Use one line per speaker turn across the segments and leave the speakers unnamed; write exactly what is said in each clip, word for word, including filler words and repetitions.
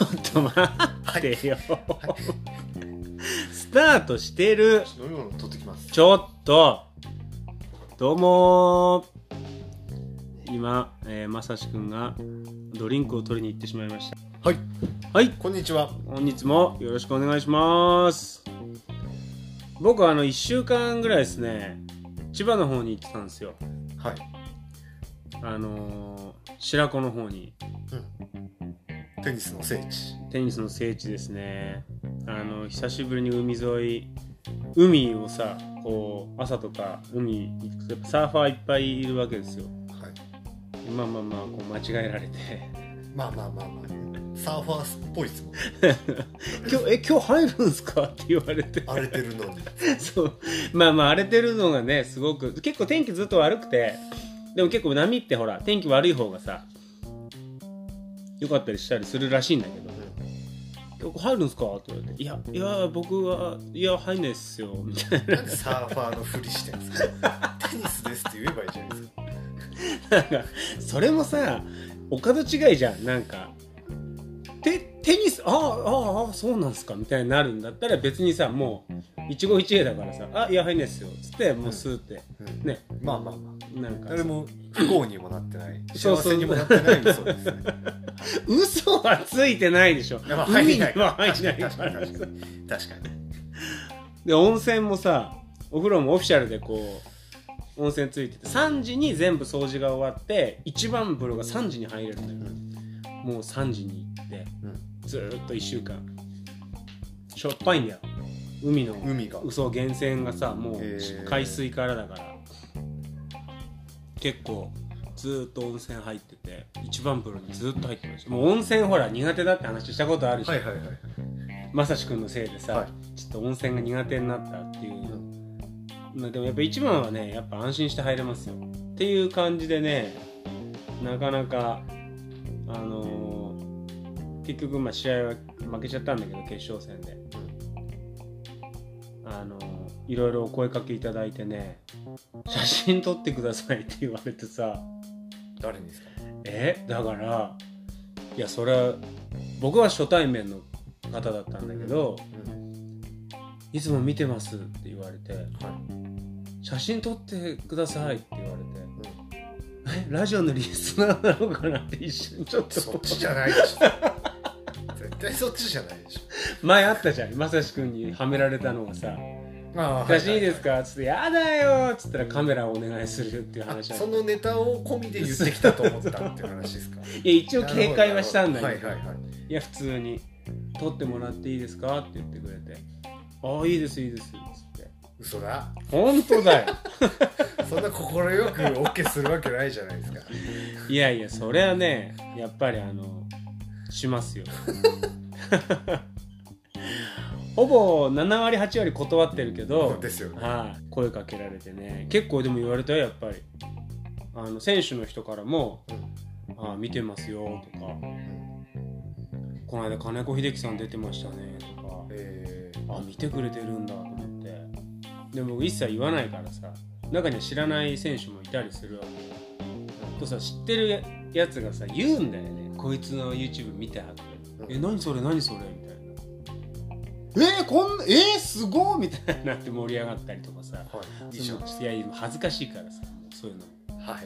ょっと待ってよ、はい、スタートしてる。
飲み物取ってきます。
ちょっとどうもー、今、えー、まさしくんがドリンクを取りに行ってしまいました。
はい
はい、
こんにちは。
本日もよろしくお願いします。僕はあのいっしゅうかんぐらいですね、千葉の方に行ってたんですよ。
はい。
あのー、白子の方に、
うん、テニスの聖地。
テニスの聖地ですね。あの久しぶりに海沿い、海をさ、こう朝とか海行くとやっぱサーファーいっぱいいるわけですよ。
はい。
まあまあまあこう間違えられて
まあまあまあまあサーファーっぽいですもん
今日え今日入るんすかって言われて
荒れてるのに
そうまあまあ荒れてるのがね、すごく結構天気ずっと悪くて、でも結構波ってほら天気悪い方がさ良かったりしたりするらしいんだけど、今日入るんすかって言われて、いやいや僕はいや入んないっすよみたいな。
なんでサーファーのふりしてんですかテニスですって言えばいいじゃないですか。
なんかそれもさお門違いじゃん。なんかテ, テニスああああそうなんすかみたいになるんだったら別にさ、もう一期一会だからさ、あいや入んないっすよっつってもうスーって、うんうん、ね、
まあまあまあ
なんか
誰も不幸にもなってない幸せにもなってない嘘ですね。
嘘はついてないでしょ。
まあ、海に
は入ってないから。
確かに確かに確かに。
で温泉もさ、お風呂もオフィシャルでこう温泉ついてて、さんじに全部掃除が終わって一番風呂がさんじに入れるんだよ、うん、もうさんじに行って、うん、ずーっといっしゅうかんしょっぱいんだよ、海の
海が
嘘源泉がさ、もう海水からだから結構ずーっと温泉入ってて、一番風呂にずーっと入ってました。もう温泉ほら苦手だって話したことあるし、
はいはいはい、
まさしくんのせいでさ、はい、ちょっと温泉が苦手になったっていう、うん、まあ、でもやっぱ一番はね、やっぱ安心して入れますよっていう感じでね、なかなかあのー、結局まあ試合は負けちゃったんだけど決勝戦で、うん、あのー、いろいろお声かけいただいてね、写真撮ってくださいって言われてさ。
誰にですか？
えだからいやそれは僕は初対面の方だったんだけど、うんうん、いつも見てますって言われて、はい、写真撮ってくださいって言われて、うん、えラジオのリスナーなのかなって一瞬ちょっと
そっちじゃないでしょ絶対そっちじゃないでしょ。
前あったじゃん、まさしくんにはめられたのがさ、あ写真いいですかっつって、やだよっつったらカメラをお願いするっていう話なんで、
そのネタを込みで言ってきたと思ったっていう話ですか？
いや一応警戒はしたんだけど、
はいはいはい、
いや普通に撮ってもらっていいですかって言ってくれて、ああいいですいいですっつって。
嘘だ、
本当だよ
そんな快く OK するわけないじゃないですか。
いやいやそれはねやっぱりあのしますよほぼななわりはちわり断ってるけど
ですよね、
はあ、声かけられてね、結構でも言われたよやっぱり。あの選手の人からも、うん、あ見てますよとか、うん、この間金子秀樹さん出てましたねとか、えー、あ見てくれてるんだと思って。でも一切言わないからさ、中には知らない選手もいたりするわけよ、うん、とさ知ってるやつがさ言うんだよね、こいつの YouTube 見てはって、うん、え何それ何それみたいな、えー、こんなえー、すごいみたいになって盛り上がったりとかさ、はい、いいじゃん。いやいや恥ずかしいからさ、そういうの
はい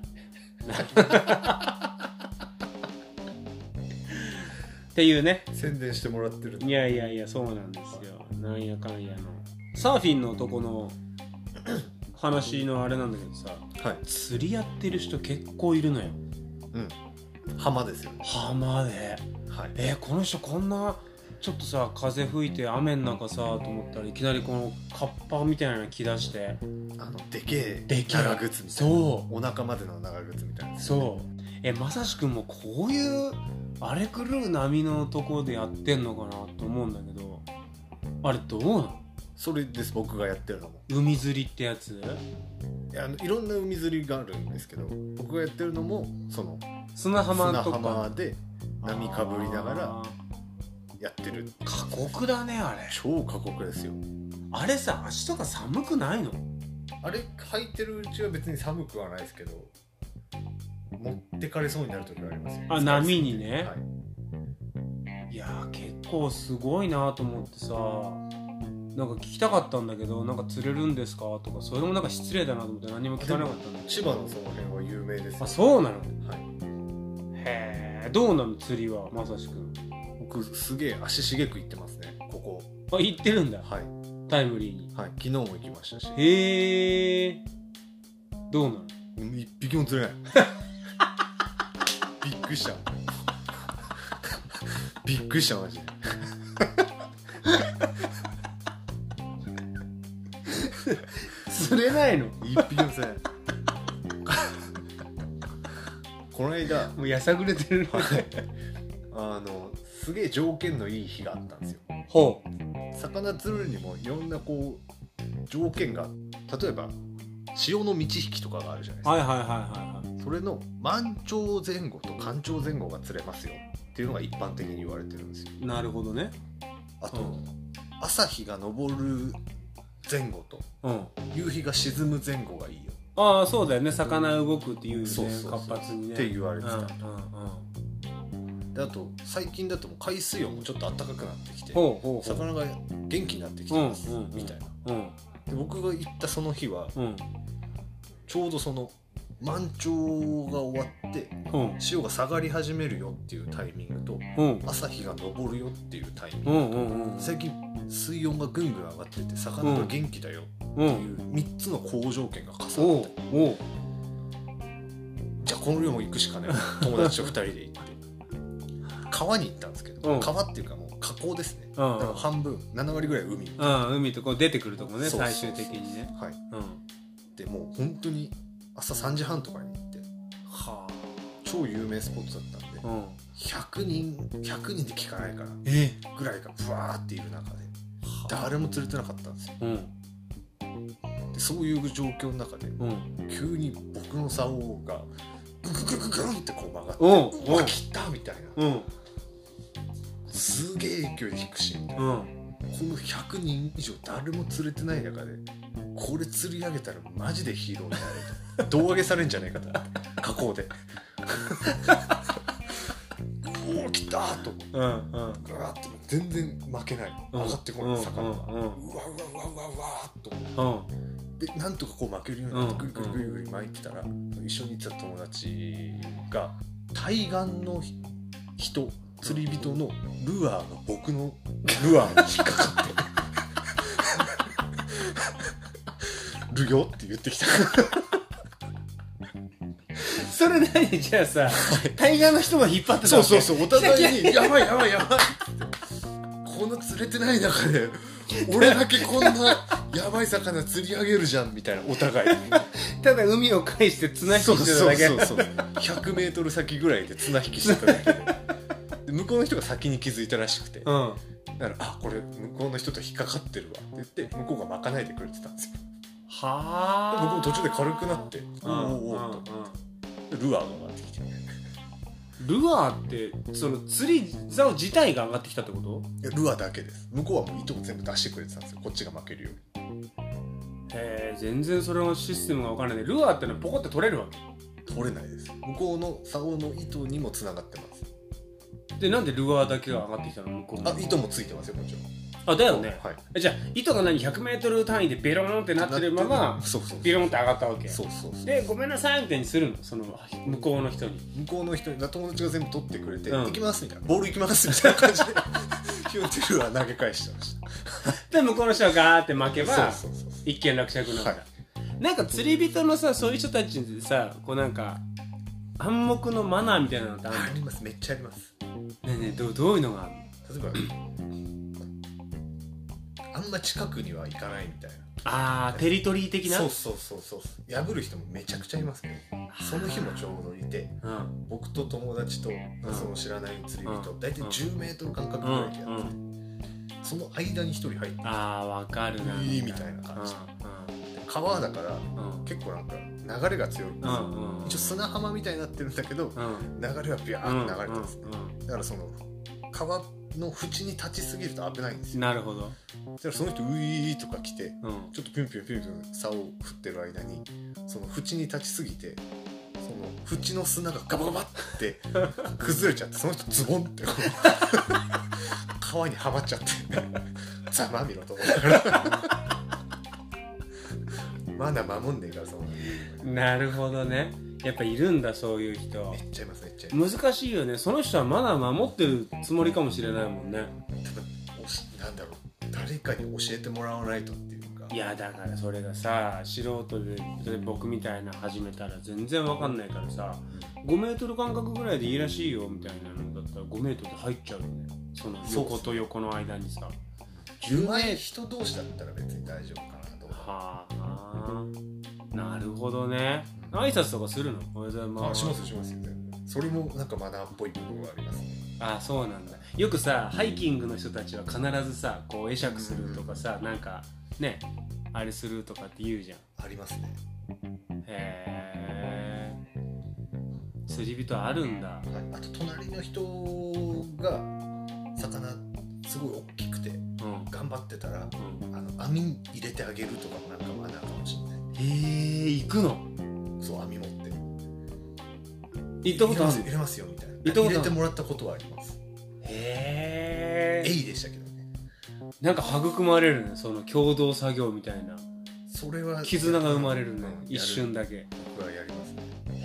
はいっていうね、
宣伝してもらってる。
いやいやいやそうなんですよ、なんやかんやのサーフィンの男の話のあれなんだけどさ、はい、釣りやってる人結構いるのよ。
うん、浜ですよね。
浜で、はい、えー、この人こんなちょっとさ風吹いて雨の中さと思ったら、いきなりこのカッパみたいなの着出して、
あのでけえ長靴みたいな、そうお腹までの長靴みたいな、
そうえまさしくんもこういう荒れ狂う波のとこでやってんのかなと思うんだけど、あれどうなの？
それです、僕がやってるのも
海釣りってやつ。
いや、あのいろんな海釣りがあるんですけど、僕がやってるのもその
砂浜とか
砂浜で波かぶりながらやってる。
過酷だねあれ。
超過酷ですよ。
あれさ足とか寒くないの？
あれ履いてるうちは別に寒くはないですけど、持ってかれそうになる時はありますよ。
あ、波にね、はいやー結構すごいなと思ってさ、なんか聞きたかったんだけど、なんか釣れるんですかとか、それもなんか失礼だなと思って何も聞かなかったんだけど。
千葉のその辺は有名ですよ。
あ、そうなの。
はい。
へえ、どうなの釣りはまさしくん。
僕すげえ足しげく行ってますね、ここ。
あ、行ってるんだ。
はい
タイムリーに。
はい、昨日も行きましたし。
へえ、どうなの。
一匹も釣れないびっくりしたびっくりしたマジで
釣れないの。
一匹も釣れないこの間
もうやさぐれてる。
あのすげえ条件のいい日があったんですよ。
ほ
う魚釣るにもいろんなこう条件が、例えば潮の満ち引きとかがあるじゃないですか。
はいはいはいはいはい。
それの満潮前後と干潮前後が釣れますよっていうのが一般的に言われてるんですよ。
なるほどね。
あと、
うん、
朝日が昇る前後と、うん、夕日が沈む前後がいいよ。
ああそうだよね、魚動くっていうね、
そうそうそう
活発にね
って言われてた、うんうん
うん、
であと最近だともう海水温もちょっと暖かくなってきて、
ほうほうほう、
魚が元気になってきてます、
うんうんうん、
みたいな、
うん、
で僕が行ったその日は、うん、ちょうどその満潮が終わって、うん、潮が下がり始めるよっていうタイミングと、うん、朝日が昇るよっていうタイミング、うんうんうん、最近水温がぐんぐん上がってて魚が元気だよっていうみっつの好条件が重なって、うん、じゃあこの量も行くしかない友達とふたりで行って川に行ったんですけど、うん、川っていうかもう河口ですね、うん、だから半分なな割ぐらい海みたいな、
うん、海とこう出てくるとこね、最終的にね、
はい、うん、でもう本当に朝さんじはんとかに行って、はあ、超有名スポットだったんで、うん、ひゃくにんひゃくにんで聞かないから
え
ぐらいがブワーっている中で、はあ、誰も釣れてなかったんですよ、うん、でそういう状況の中で、うん、急に僕の竿がグググググンってこう曲がって、うん、うわ切ったみたいな、うん、すげえ勢いで引くしみたいな、うん、このひゃくにん以上誰も釣れてない中でこれ釣り上げたらマジでヒーローになれと胴上げされんじゃないかと河口でおお来たーと思って、うんうん、ぐわーって全然負けない、上がってこない魚が、うんうんうん、うわうわうわうわうわーっと思って、うんでなんとかこう負けるようになってグリグリグリグリ巻いてたら、うん、一緒に行ってた友達が対岸の人釣り人のルアーの僕のルアーに引っかかってるよって言ってきた
それ何じゃあさ対岸の人が引っ張ってた
わけ。そうそうそう、お互いにやばいやばいやばいこの釣れてない中で俺だけこんなやばい魚釣り上げるじゃんみたいな、お互い
ただ海を介して綱引きしてただけ。
そうそうそうそうひゃくメートル先ぐらいで綱引きしてただけでで向こうの人が先に気づいたらしくて、うん、だからあこれ向こうの人と引っかかってるわって言って向こうがまかないでくれてたんですよ。
はあ。
僕も途中で軽くなっておーおーと、うん、ルアーが上がってきて、
ルアーってその釣り竿自体が上がってきたってこと？
いやルアーだけです。向こうはもう糸を全部出してくれてたんですよ、こっちが負けるように。
へえ、全然それのシステムが分からない。ルアーってのはポコって取れるわけ？
取れないです。向こうの竿の糸にもつながってます。
でなんでルアーだけが上がってきたの？向こう
あ糸もついてますよもちろん。
あだよね、
はい、
じゃあ糸が何 ひゃくメートル 単位でベローンってなってるままビローンって上がったわけ。
そうそうそう。
でごめんなさいみたいにするの、その向こうの人に。
向こうの人に友達が全部取ってくれて、うん、行きますみたいな、ボール行きますみたいな感じでヒュンテルは投げ返してました
で向こうの人がガーって負けば一件落着なんだ、はい、なんか釣り人のさそういう人たちでさこうなんか暗黙のマナーみたいなのってあるの？
あります、めっちゃあります。
ねえねえ ど, どういうのがあるの？
例えばあんま近くには行かないみたいな。
あーテリトリー的な。
そうそうそうそう破る人もめちゃくちゃいますけど、その日もちょうどいて、うん、僕と友達と、うん、その知らない釣り人、うん、大体じゅうメートル間隔ぐらいでやって、うんうん、その間に一人入って
あーわかるな、
いいみたいな感じ、うんうん、川だから、うん、結構なんか流れが強いんですよ、うんうん、一応砂浜みたいになってるんだけど、うん、流れはビャーって流れてますね、うんうんうん、だからその川の縁に立ちすぎると危ないんですよ。
なるほど。
だからその人ウィーとか来て、うん、ちょっとピュンピュンピュンピュン竿を振ってる間にその縁に立ちすぎてその縁の砂がガバガバって崩れちゃって、その人ズボンって川にはまっちゃってざまみろと思ったからまだ守んねえから。そう
なるほどね。やっぱいるんだ、そういう人。
めっちゃいます、めっちゃいます。
難しいよね。その人はまだ守ってるつもりかもしれないもんね。
多分おしなんだろう、誰かに教えてもらわないとっていうか。
いやだからそれがさ、素人で例えば僕みたいな始めたら全然わかんないからさ、ごメートル間隔ぐらいでいいらしいよみたいなのだったらごメートルで入っちゃうよね。その横と横の間にさ、
うまい人同士だったら別に大丈夫かなと。
はあ、なるほどね。挨拶とかするの？おはようございます。
あ、しますしますよね。それもなんかマナーっぽい部分がありますね。
ああ、そうなんだ。よくさ、ハイキングの人たちは必ずさ、こう会釈するとかさ、なんかね、あれするとかって言うじゃん。
ありますね。
へえ。釣り人あるんだ。はい、
あと隣の人が魚すごい大きくて、うん、頑張ってたら、うん、あの網入れてあげるとかもなんかマナーかもしれない。
へえ、行くの？
そう、網持って
行ったことある？
入れますよみたいな。
入
れてもらったことはあります。
へえ。
エイでしたけどね。
なんか育まれるね、その共同作業みたいな。
それは
絆が生まれるね、うん、一瞬だけ。
僕はやりますね。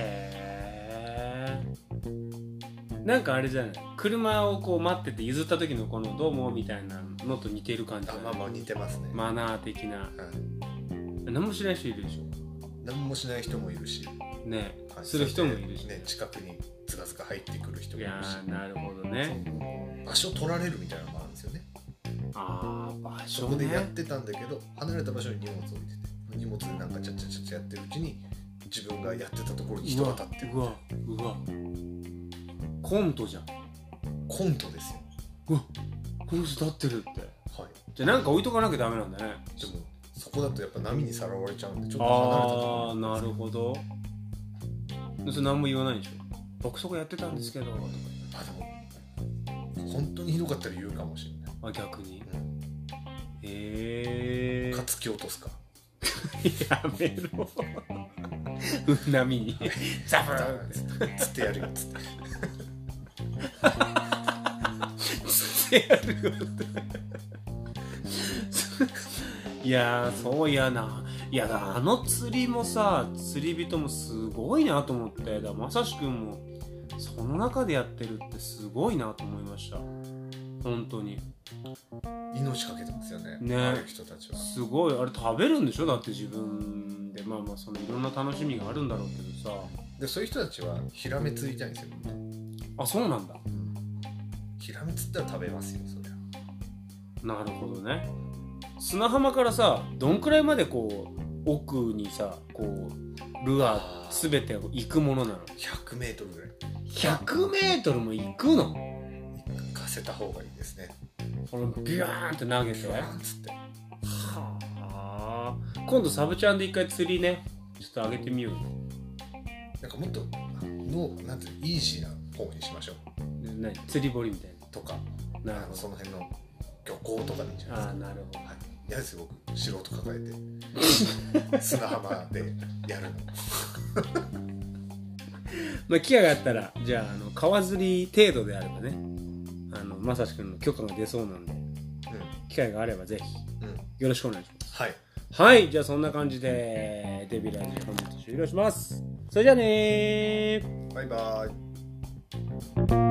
へえ。なんかあれじゃない、車をこう待ってて譲った時のこのどうもみたいなのと似てる感じ。
あ、まあまあ似てますね。
マナー的な、うん、何もしない人いるでしょ。
何もしない人もいるし
ね、する人もいるし
ね、近くにずかずか入ってくる人もいるし。
いや、なるほどね。
場所取られるみたいなのもあるんですよね。
ああ、場所ね。
そこでやってたんだけど離れた場所に荷物置いてて、荷物でなんかチャチャチャチャやってるうちに自分がやってたところに人が立ってる。
うわうわ、コントじゃん。
コントですよ。
うわ、この人立ってるって。
はい。
じゃあなんか置いとかなきゃダメなんだね。
でもそこだとやっぱ波にさらわれちゃうんで、ちょっと離れたところ。
ああ、なるほど。それ何も言わないでしょ。僕そこやってたんですけどとか。
あ、でも本当にひどかったら言うかもしれない。
あ、逆に。
うん、
へえ。
かつき落とすか。
やめろ。波にザブー
ってつってやるよっつって。
つってやるよって。いやー、そうやな。いやだ、あの釣りもさ、釣り人もすごいなと思って。だ、まさしくんもその中でやってるってすごいなと思いました。本当に
命かけてますよね。
ね、
ああいう人たちは
すごい。あれ食べるんでしょ、だって自分で。まあまあ、そのいろんな楽しみがあるんだろうけどさ。
で、そういう人たちはヒラメ釣りたいんですよ。
あ、そうなんだ。
うん、ヒラメ釣ったら食べますよ、そり
ゃ。なるほどね。砂浜からさ、どんくらいまでこう奥にさ、こうルアーすべて行くものなの？
ひゃくメートルぐらい。
ひゃくメートルも行くの？
行かせた方がいいですね。
このビューンって投げて、
ビューンっつって。
はあ。今度サブチャンで一回釣りね、ちょっと上げてみようよ。
なんかもっとのなんていうイージーな方にしましょう。
何？釣り堀みたいな
とか。
なるほど。
その辺の漁港とかでいいんじゃないですか。
ああ、なるほど。
はい。嫌ですよ、僕素人抱えて砂浜でやるの。
まあ機会があったら、じゃあ、あの川釣り程度であればね、あのまさしくんの許可が出そうなんで、うん、機会があればぜひ、うん、よろしくお願いします。
はい。
はい、じゃあそんな感じでデビラジ本日終了します。それじゃあねー。
バイバーイ。